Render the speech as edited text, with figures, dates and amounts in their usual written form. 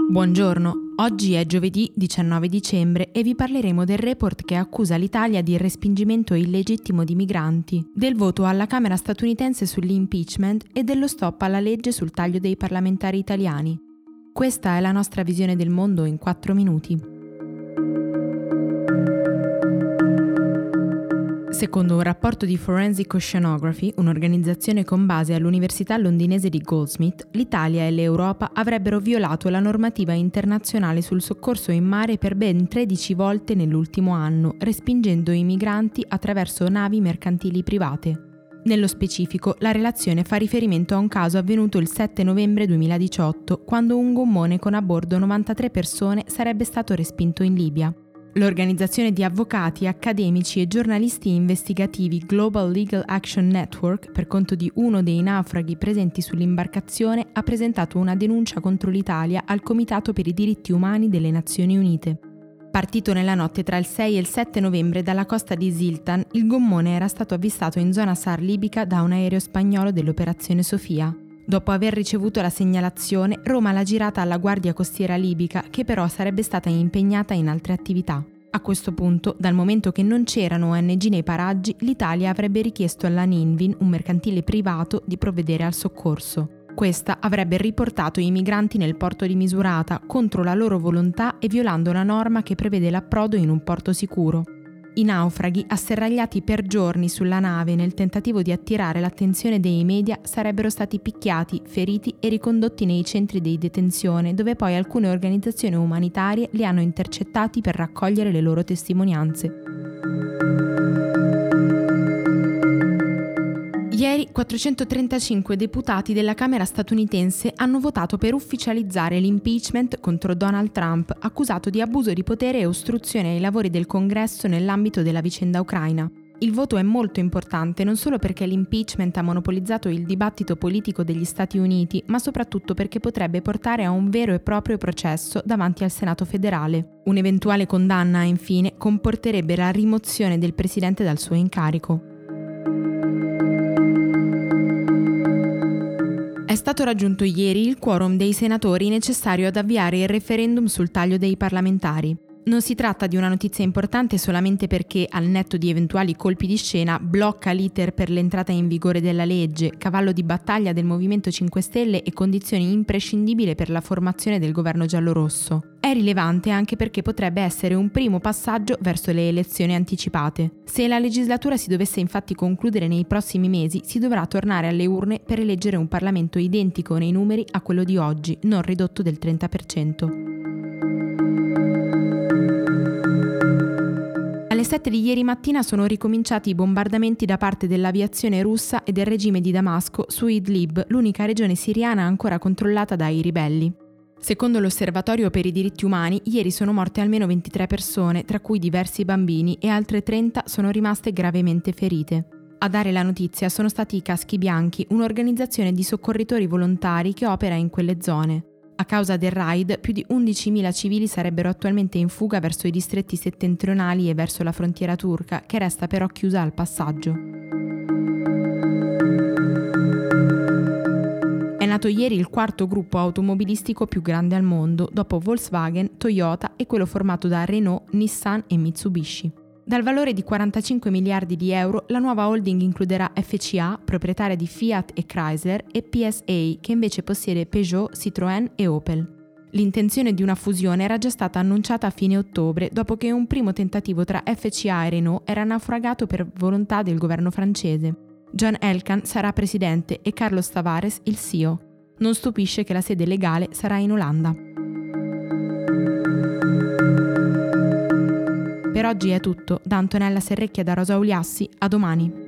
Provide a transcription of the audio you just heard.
Buongiorno, oggi è giovedì 19 dicembre e vi parleremo del report che accusa l'Italia di respingimento illegittimo di migranti, del voto alla Camera statunitense sull'impeachment e dello stop alla legge sul taglio dei parlamentari italiani. Questa è la nostra visione del mondo in 4 minuti. Secondo un rapporto di Forensic Oceanography, un'organizzazione con base all'Università londinese di Goldsmith, l'Italia e l'Europa avrebbero violato la normativa internazionale sul soccorso in mare per ben 13 volte nell'ultimo anno, respingendo i migranti attraverso navi mercantili private. Nello specifico, la relazione fa riferimento a un caso avvenuto il 7 novembre 2018, quando un gommone con a bordo 93 persone sarebbe stato respinto in Libia. L'organizzazione di avvocati, accademici e giornalisti investigativi Global Legal Action Network, per conto di uno dei naufraghi presenti sull'imbarcazione, ha presentato una denuncia contro l'Italia al Comitato per i diritti umani delle Nazioni Unite. Partito nella notte tra il 6 e il 7 novembre dalla costa di Ziltan, il gommone era stato avvistato in zona SAR libica da un aereo spagnolo dell'Operazione Sofia. Dopo aver ricevuto la segnalazione, Roma l'ha girata alla Guardia Costiera libica, che però sarebbe stata impegnata in altre attività. A questo punto, dal momento che non c'erano ONG nei paraggi, l'Italia avrebbe richiesto alla Ninvin, un mercantile privato, di provvedere al soccorso. Questa avrebbe riportato i migranti nel porto di Misurata contro la loro volontà e violando la norma che prevede l'approdo in un porto sicuro. I naufraghi, asserragliati per giorni sulla nave nel tentativo di attirare l'attenzione dei media, sarebbero stati picchiati, feriti e ricondotti nei centri di detenzione, dove poi alcune organizzazioni umanitarie li hanno intercettati per raccogliere le loro testimonianze. Ieri 435 deputati della Camera statunitense hanno votato per ufficializzare l'impeachment contro Donald Trump, accusato di abuso di potere e ostruzione ai lavori del Congresso nell'ambito della vicenda ucraina. Il voto è molto importante non solo perché l'impeachment ha monopolizzato il dibattito politico degli Stati Uniti, ma soprattutto perché potrebbe portare a un vero e proprio processo davanti al Senato federale. Un'eventuale condanna, infine, comporterebbe la rimozione del presidente dal suo incarico. È stato raggiunto ieri il quorum dei senatori necessario ad avviare il referendum sul taglio dei parlamentari. Non si tratta di una notizia importante solamente perché, al netto di eventuali colpi di scena, blocca l'iter per l'entrata in vigore della legge, cavallo di battaglia del Movimento 5 Stelle e condizione imprescindibile per la formazione del governo giallorosso. È rilevante anche perché potrebbe essere un primo passaggio verso le elezioni anticipate. Se la legislatura si dovesse infatti concludere nei prossimi mesi, si dovrà tornare alle urne per eleggere un Parlamento identico nei numeri a quello di oggi, non ridotto del 30%. Alle 7 di ieri mattina sono ricominciati i bombardamenti da parte dell'aviazione russa e del regime di Damasco su Idlib, l'unica regione siriana ancora controllata dai ribelli. Secondo l'Osservatorio per i diritti umani, ieri sono morte almeno 23 persone, tra cui diversi bambini, e altre 30 sono rimaste gravemente ferite. A dare la notizia sono stati i Caschi Bianchi, un'organizzazione di soccorritori volontari che opera in quelle zone. A causa del raid, più di 11.000 civili sarebbero attualmente in fuga verso i distretti settentrionali e verso la frontiera turca, che resta però chiusa al passaggio. È nato ieri il quarto gruppo automobilistico più grande al mondo, dopo Volkswagen, Toyota e quello formato da Renault, Nissan e Mitsubishi. Dal valore di 45 miliardi di euro, la nuova holding includerà FCA, proprietaria di Fiat e Chrysler, e PSA, che invece possiede Peugeot, Citroën e Opel. L'intenzione di una fusione era già stata annunciata a fine ottobre, dopo che un primo tentativo tra FCA e Renault era naufragato per volontà del governo francese. John Elkann sarà presidente e Carlos Tavares il CEO. Non stupisce che la sede legale sarà in Olanda. Per oggi è tutto, da Antonella Serrecchia e da Rosa Uliassi, a domani.